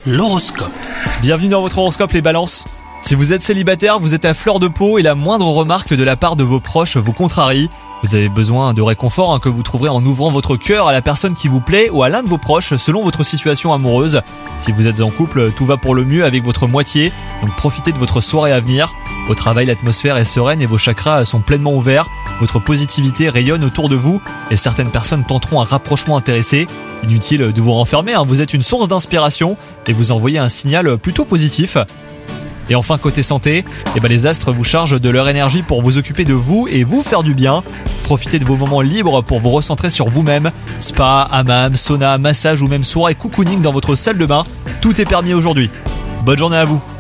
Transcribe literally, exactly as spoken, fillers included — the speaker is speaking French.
L'horoscope. Bienvenue dans votre horoscope les balances. Si vous êtes célibataire, vous êtes à fleur de peau et la moindre remarque de la part de vos proches vous contrarie. Vous avez besoin de réconfort hein, que vous trouverez en ouvrant votre cœur à la personne qui vous plaît ou à l'un de vos proches selon votre situation amoureuse. Si vous êtes en couple, tout va pour le mieux avec votre moitié, donc profitez de votre soirée à venir. Au travail, l'atmosphère est sereine et vos chakras sont pleinement ouverts. Votre positivité rayonne autour de vous et certaines personnes tenteront un rapprochement intéressé. Inutile de vous renfermer, hein, vous êtes une source d'inspiration et vous envoyez un signal plutôt positif. Et enfin côté santé, eh ben les astres vous chargent de leur énergie pour vous occuper de vous et vous faire du bien. Profitez de vos moments libres pour vous recentrer sur vous-même. Spa, hammam, sauna, massage ou même soirée cocooning dans votre salle de bain, tout est permis aujourd'hui. Bonne journée à vous.